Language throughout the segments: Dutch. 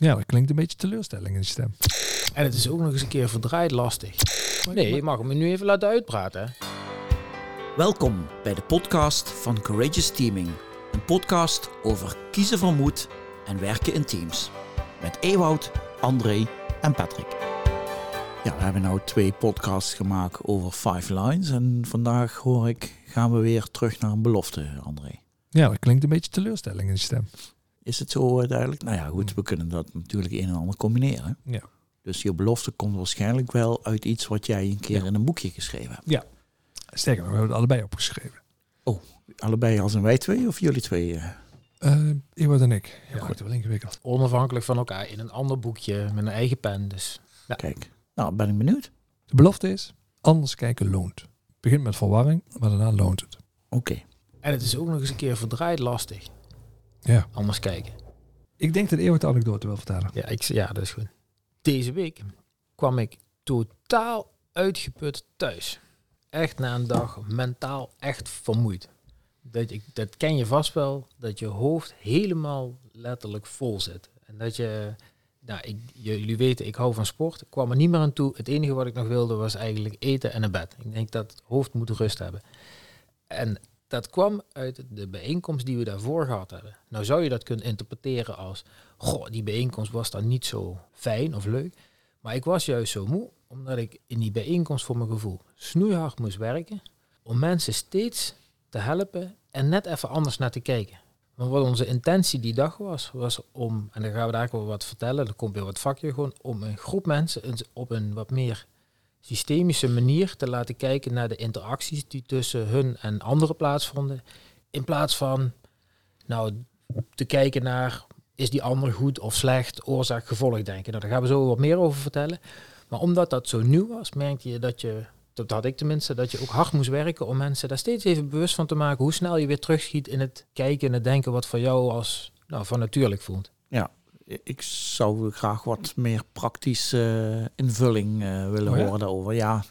Ja, dat klinkt een beetje teleurstelling in die stem. En het is ook nog eens een keer verdraaid lastig. Nee, je mag hem nu even laten uitpraten. Hè? Welkom bij de podcast van Courageous Teaming. Een podcast over kiezen van moed en werken in teams. Met Ewout, André en Patrick. Ja, we hebben nou 2 podcasts gemaakt over 5 lines. En vandaag hoor ik, gaan we weer terug naar een belofte, André. Ja, dat klinkt een beetje teleurstelling in die stem. Is het zo duidelijk? Nou ja, goed, we kunnen dat natuurlijk een en ander combineren. Ja. Dus je belofte komt waarschijnlijk wel uit iets wat jij een keer in een boekje geschreven hebt. Ja. Sterker nog, we hebben het allebei opgeschreven. Oh, allebei als een wij 2 of jullie 2? Ewout en ik. Ja, Ja. goed, wel ingewikkeld. Onafhankelijk van elkaar in een ander boekje met een eigen pen. Dus ja. Kijk, nou ben ik benieuwd. De belofte is, anders kijken loont. Het begint met verwarring, maar daarna loont het. Oké. En het is ook nog eens een keer verdraaid lastig. Ja. Anders kijken. Ik denk dat Ewout de anekdote wil vertellen. Ja, dat is goed. Deze week kwam ik totaal uitgeput thuis. Echt na een dag mentaal echt vermoeid. Dat ken je vast wel, dat je hoofd helemaal letterlijk vol zit. En dat je, jullie weten, ik hou van sport. Ik kwam er niet meer aan toe. Het enige wat ik nog wilde was eigenlijk eten en naar bed. Ik denk dat het hoofd moet rust hebben. En dat kwam uit de bijeenkomst die we daarvoor gehad hebben. Nou zou je dat kunnen interpreteren als, goh, die bijeenkomst was dan niet zo fijn of leuk. Maar ik was juist zo moe, omdat ik in die bijeenkomst voor mijn gevoel snoeihard moest werken. Om mensen steeds te helpen en net even anders naar te kijken. Want wat onze intentie die dag was om, en dan gaan we daar wel wat vertellen, dan komt weer wat vakje, gewoon om een groep mensen op een wat meer systemische manier te laten kijken naar de interacties die tussen hun en anderen plaatsvonden. In plaats van te kijken naar, is die ander goed of slecht, oorzaak-gevolg denken. Nou, daar gaan we zo wat meer over vertellen. Maar omdat dat zo nieuw was, merkte je dat had ik tenminste, dat je ook hard moest werken om mensen daar steeds even bewust van te maken hoe snel je weer terugschiet in het kijken en het denken wat voor jou als van natuurlijk voelt. Ja, ik zou graag wat meer praktische invulling willen horen daarover. Ja,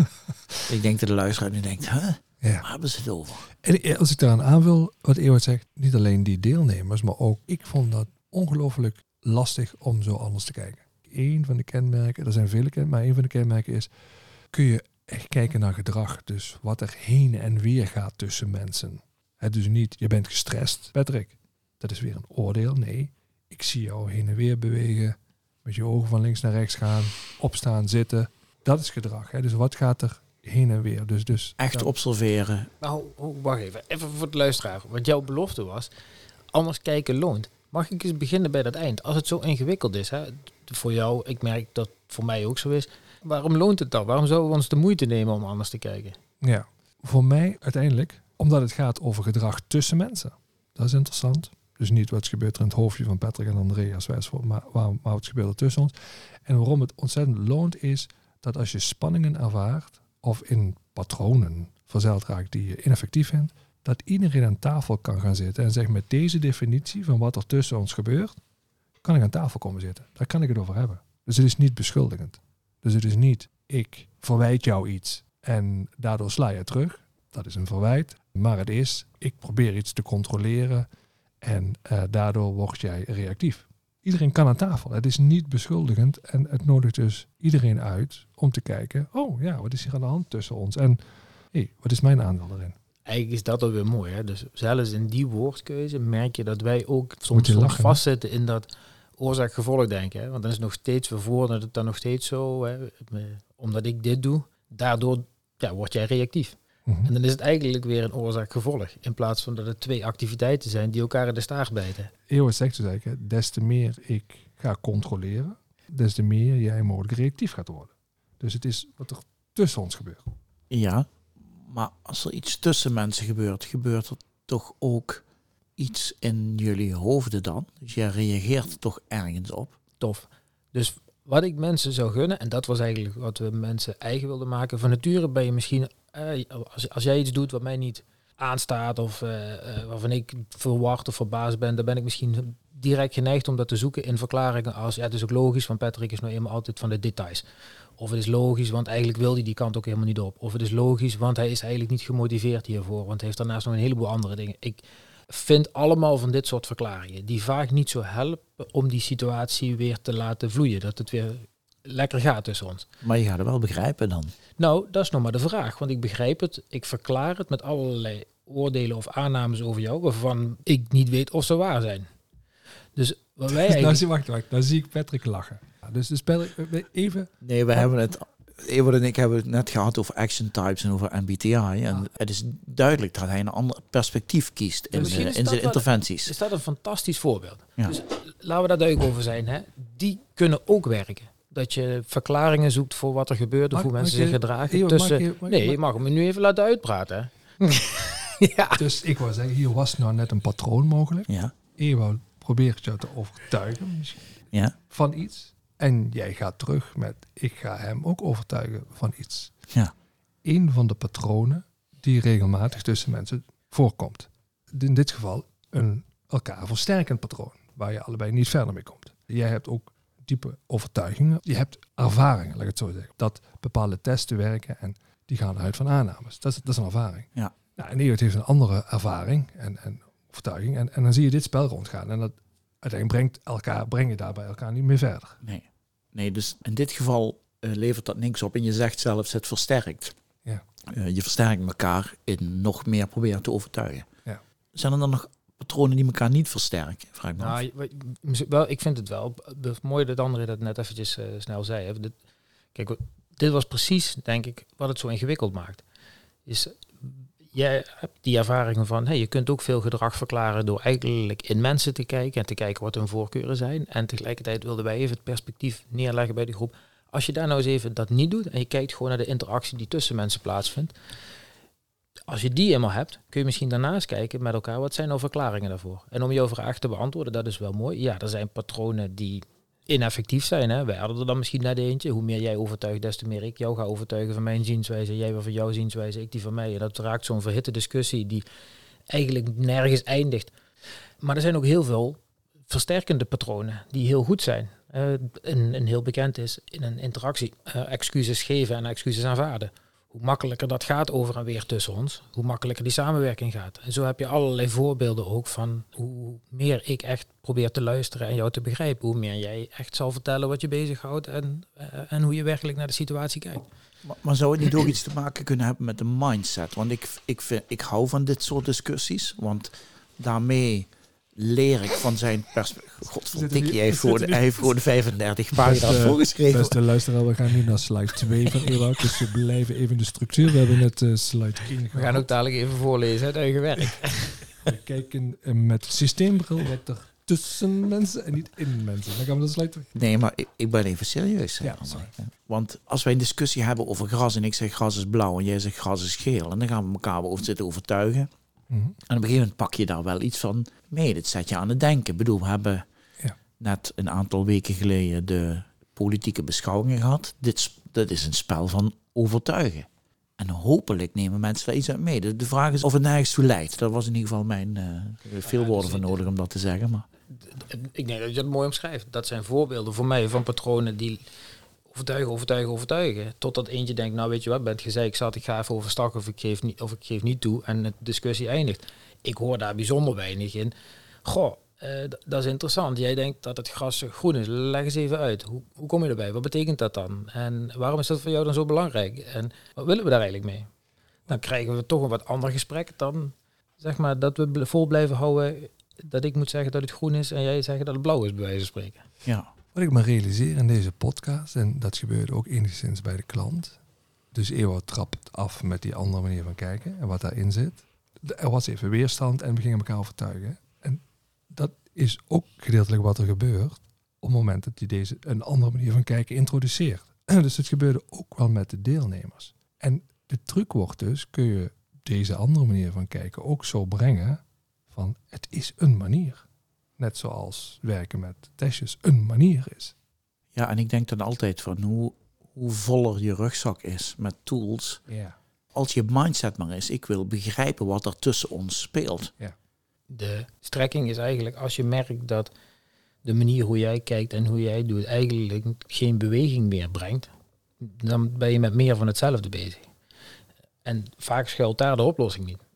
ik denk dat de luisteraar nu denkt, waar hebben ze het over? En als ik daaraan aanvul, wat Ewout zegt, niet alleen die deelnemers, maar ook ik vond dat ongelooflijk lastig om zo anders te kijken. Eén van de kenmerken, er zijn vele kenmerken, maar één van de kenmerken is, kun je echt kijken naar gedrag. Dus wat er heen en weer gaat tussen mensen. Dus niet, je bent gestrest, Patrick. Dat is weer een oordeel. Nee, ik zie jou heen en weer bewegen. Met je ogen van links naar rechts gaan. Opstaan, zitten. Dat is gedrag. Dus wat gaat er heen en weer? Dus Echt observeren. Nou, wacht even. Even voor de luisteraar. Wat jouw belofte was, anders kijken loont. Mag ik eens beginnen bij dat eind? Als het zo ingewikkeld is, voor jou, ik merk dat het voor mij ook zo is. Waarom loont het dan? Waarom zouden we ons de moeite nemen om anders te kijken? Ja, voor mij uiteindelijk, omdat het gaat over gedrag tussen mensen. Dat is interessant. Dus niet wat gebeurt er in het hoofdje van Patrick en André als wijsvoort, maar wat gebeurt er tussen ons. En waarom het ontzettend loont is dat als je spanningen ervaart of in patronen verzeild raakt die je ineffectief vindt, dat iedereen aan tafel kan gaan zitten en zegt met deze definitie van wat er tussen ons gebeurt, kan ik aan tafel komen zitten. Daar kan ik het over hebben. Dus het is niet beschuldigend. Dus het is niet, ik verwijt jou iets en daardoor sla je terug. Dat is een verwijt. Maar het is, ik probeer iets te controleren en daardoor word jij reactief. Iedereen kan aan tafel. Het is niet beschuldigend en het nodigt dus iedereen uit om te kijken, oh ja, wat is hier aan de hand tussen ons? En wat is mijn aandeel erin? Eigenlijk is dat alweer mooi. Hè? Dus zelfs in die woordkeuze merk je dat wij ook soms vastzitten in dat oorzaak-gevolg denken. Hè? Want dan is nog steeds, we voeren het dan nog steeds zo, hè? Omdat ik dit doe, daardoor word jij reactief. Mm-hmm. En dan is het eigenlijk weer een oorzaak-gevolg. In plaats van dat het 2 activiteiten zijn die elkaar in de staart bijten. Eeuwig zegt dus eigenlijk, des te meer ik ga controleren, des te meer jij mogelijk reactief gaat worden. Dus het is wat er tussen ons gebeurt. Ja, maar als er iets tussen mensen gebeurt, gebeurt er toch ook iets in jullie hoofden dan? Dus jij reageert toch ergens op? Tof. Dus wat ik mensen zou gunnen, en dat was eigenlijk wat we mensen eigen wilden maken. Van nature ben je misschien, als jij iets doet wat mij niet aanstaat of waarvan ik verward of verbaasd ben, dan ben ik misschien direct geneigd om dat te zoeken in verklaringen als, het is ook logisch, want Patrick is nou eenmaal altijd van de details. Of het is logisch, want eigenlijk wil hij die kant ook helemaal niet op. Of het is logisch, want hij is eigenlijk niet gemotiveerd hiervoor, want hij heeft daarnaast nog een heleboel andere dingen. vind allemaal van dit soort verklaringen die vaak niet zo helpen om die situatie weer te laten vloeien. Dat het weer lekker gaat tussen ons. Maar je gaat het wel begrijpen dan. Nou, dat is nog maar de vraag. Want ik begrijp het, ik verklaar het met allerlei oordelen of aannames over jou, waarvan ik niet weet of ze waar zijn. Dus wat wij eigenlijk... Wacht. Dan zie ik Patrick lachen. Ja, dus Patrick, even... Nee, we hebben het... Ewout en ik hebben het net gehad over action types en over MBTI. En het is duidelijk dat hij een ander perspectief kiest in zijn interventies. Is dat een fantastisch voorbeeld. Ja. Dus laten we daar duidelijk over zijn. Hè? Die kunnen ook werken. Dat je verklaringen zoekt voor wat er gebeurt of hoe mensen zich gedragen. Je mag hem nu even laten uitpraten. Hè? Ja. Dus ik wou zeggen, hier was nou net een patroon mogelijk. Ja. Ewout probeert jou te overtuigen misschien van iets. En jij gaat terug met, ik ga hem ook overtuigen van iets. Ja. Eén van de patronen die regelmatig tussen mensen voorkomt. In dit geval een elkaar versterkend patroon, waar je allebei niet verder mee komt. Jij hebt ook diepe overtuigingen. Je hebt ervaringen, laat ik het zo zeggen. Dat bepaalde testen werken en die gaan uit van aannames. Dat is een ervaring. Ja. Nou, en Ewout heeft een andere ervaring en overtuiging. En dan zie je dit spel rondgaan. En dat uiteindelijk breng je daarbij elkaar niet meer verder. Nee, dus in dit geval levert dat niks op. En je zegt zelfs het versterkt. Ja. Je versterkt elkaar in nog meer proberen te overtuigen. Ja. Zijn er dan nog patronen die elkaar niet versterken? Vraag ik me af. Wel, ik vind het wel mooi dat André dat net eventjes snel zei. Hè. Dit was precies, denk ik, wat het zo ingewikkeld maakt. Jij hebt die ervaringen van, je kunt ook veel gedrag verklaren door eigenlijk in mensen te kijken en te kijken wat hun voorkeuren zijn. En tegelijkertijd wilden wij even het perspectief neerleggen bij de groep. Als je daar nou eens even dat niet doet en je kijkt gewoon naar de interactie die tussen mensen plaatsvindt. Als je die eenmaal hebt, kun je misschien daarnaast kijken met elkaar, wat zijn nou verklaringen daarvoor? En om jouw vraag te beantwoorden, dat is wel mooi. Ja, er zijn patronen die ineffectief zijn. Hè? Wij hadden er dan misschien net eentje. Hoe meer jij overtuigt, des te meer ik jou ga overtuigen van mijn zienswijze. Jij weer van jouw zienswijze, ik die van mij. En dat raakt zo'n verhitte discussie die eigenlijk nergens eindigt. Maar er zijn ook heel veel versterkende patronen die heel goed zijn. Een heel bekend is in een interactie. Excuses geven en excuses aanvaarden. Hoe makkelijker dat gaat over en weer tussen ons, hoe makkelijker die samenwerking gaat. En zo heb je allerlei voorbeelden ook van hoe meer ik echt probeer te luisteren en jou te begrijpen. Hoe meer jij echt zal vertellen wat je bezighoudt en hoe je werkelijk naar de situatie kijkt. Maar zou het niet ook iets te maken kunnen hebben met de mindset? Want ik hou van dit soort discussies, want daarmee leer ik van zijn perspectief. Godverdikkie, hij heeft gewoon 35 pagina's voorgeschreven. Beste luisteraar, we gaan nu naar slide 2 van Ewout. Dus we blijven even in de structuur. We hebben net slide 1 gehad. We gaan ook dadelijk even voorlezen, het eigen werk. We kijken met systeembril wat er tussen mensen en niet in mensen. Dan gaan we naar slide 2. Nee, maar ik ben even serieus. Ja, want als wij een discussie hebben over gras en ik zeg gras is blauw en jij zegt gras is geel. En dan gaan we elkaar over zitten overtuigen. En op een gegeven moment pak je daar wel iets van mee. Dat zet je aan het denken. Ik bedoel, we hebben net een aantal weken geleden de politieke beschouwingen gehad. Dat is een spel van overtuigen. En hopelijk nemen mensen daar iets uit mee. De vraag is of het nergens toe leidt. Dat was in ieder geval mijn veel woorden voor nodig om dat te zeggen. Maar. Ik denk dat je dat mooi omschrijft. Dat zijn voorbeelden voor mij van patronen die overtuigen. Totdat eentje denkt, nou weet je wat, bent gezeik zat, ik ga even overstag of ik geef niet toe en de discussie eindigt. Ik hoor daar bijzonder weinig in. Goh, dat is interessant. Jij denkt dat het gras groen is. Leg eens even uit. Hoe kom je erbij? Wat betekent dat dan? En waarom is dat voor jou dan zo belangrijk? En wat willen we daar eigenlijk mee? Dan krijgen we toch een wat ander gesprek dan, zeg maar, dat we vol blijven houden dat ik moet zeggen dat het groen is en jij zegt dat het blauw is, bij wijze van spreken. Ja. Wat ik me realiseer in deze podcast, en dat gebeurde ook enigszins bij de klant. Dus Ewout trapt af met die andere manier van kijken en wat daarin zit. Er was even weerstand en we gingen elkaar overtuigen. En dat is ook gedeeltelijk wat er gebeurt op het moment dat je deze een andere manier van kijken introduceert. Dus het gebeurde ook wel met de deelnemers. En de truc wordt dus, kun je deze andere manier van kijken ook zo brengen van het is een manier. Net zoals werken met testjes een manier is. Ja, en ik denk dan altijd van hoe voller je rugzak is met tools. Ja. Als je mindset maar is, ik wil begrijpen wat er tussen ons speelt. Ja. De strekking is eigenlijk als je merkt dat de manier hoe jij kijkt en hoe jij doet eigenlijk geen beweging meer brengt, dan ben je met meer van hetzelfde bezig. En vaak schuilt daar de oplossing niet.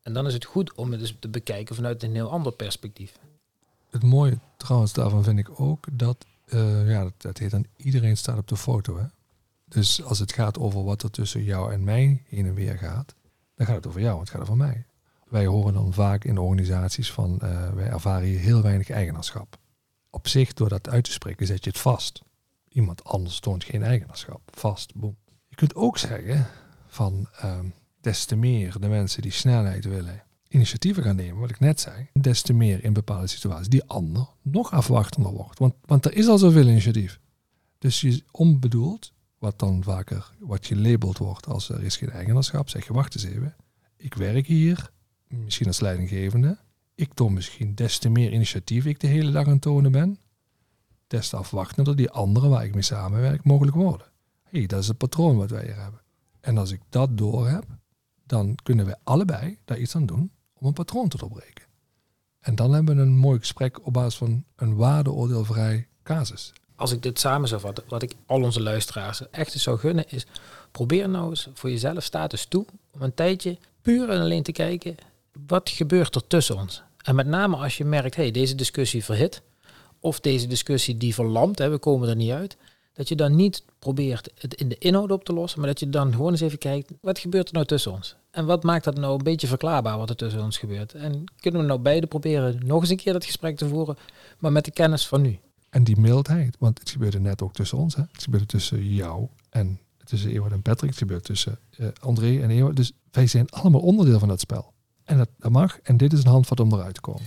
En dan is het goed om het dus te bekijken vanuit een heel ander perspectief. Het mooie trouwens daarvan vind ik ook dat, dat heet dan iedereen staat op de foto. Hè? Dus als het gaat over wat er tussen jou en mij heen en weer gaat, dan gaat het over jou, het gaat over mij. Wij horen dan vaak in organisaties van, wij ervaren hier heel weinig eigenaarschap. Op zich, door dat uit te spreken, zet je het vast. Iemand anders toont geen eigenaarschap. Vast, boem. Je kunt ook zeggen van, des te meer de mensen die snelheid willen, initiatieven gaan nemen, wat ik net zei, des te meer in bepaalde situaties die ander nog afwachtender wordt. Want er is al zoveel initiatief. Dus je onbedoeld, wat dan vaker, wat gelabeld wordt als er is geen eigenaarschap, zeg je wacht eens even, ik werk hier, misschien als leidinggevende, ik toon misschien des te meer initiatief ik de hele dag aan het tonen ben, des te afwachtender die anderen waar ik mee samenwerk mogelijk worden. Dat is het patroon wat wij hier hebben. En als ik dat door heb, dan kunnen we allebei daar iets aan doen om een patroon te doorbreken. En dan hebben we een mooi gesprek op basis van een waardeoordeelvrij casus. Als ik dit samen zou vatten, wat ik al onze luisteraars echt eens zou gunnen, is probeer nou eens voor jezelf status toe om een tijdje puur en alleen te kijken, wat gebeurt er tussen ons? En met name als je merkt, deze discussie verhit, of deze discussie die verlamt, we komen er niet uit, dat je dan niet probeert het in de inhoud op te lossen, maar dat je dan gewoon eens even kijkt, wat gebeurt er nou tussen ons? En wat maakt dat nou een beetje verklaarbaar wat er tussen ons gebeurt? En kunnen we nou beide proberen nog eens een keer dat gesprek te voeren, maar met de kennis van nu? En die mildheid, want het gebeurde net ook tussen ons. Hè? Het gebeurde tussen jou en tussen Ewout en Patrick. Het gebeurde tussen André en Ewout. Dus wij zijn allemaal onderdeel van dat spel. En dat mag. En dit is een handvat om eruit te komen.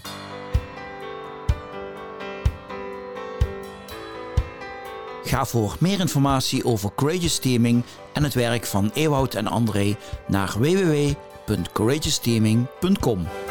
Ga voor meer informatie over Courageous Teaming en het werk van Ewout en André naar www.courageousteaming.com.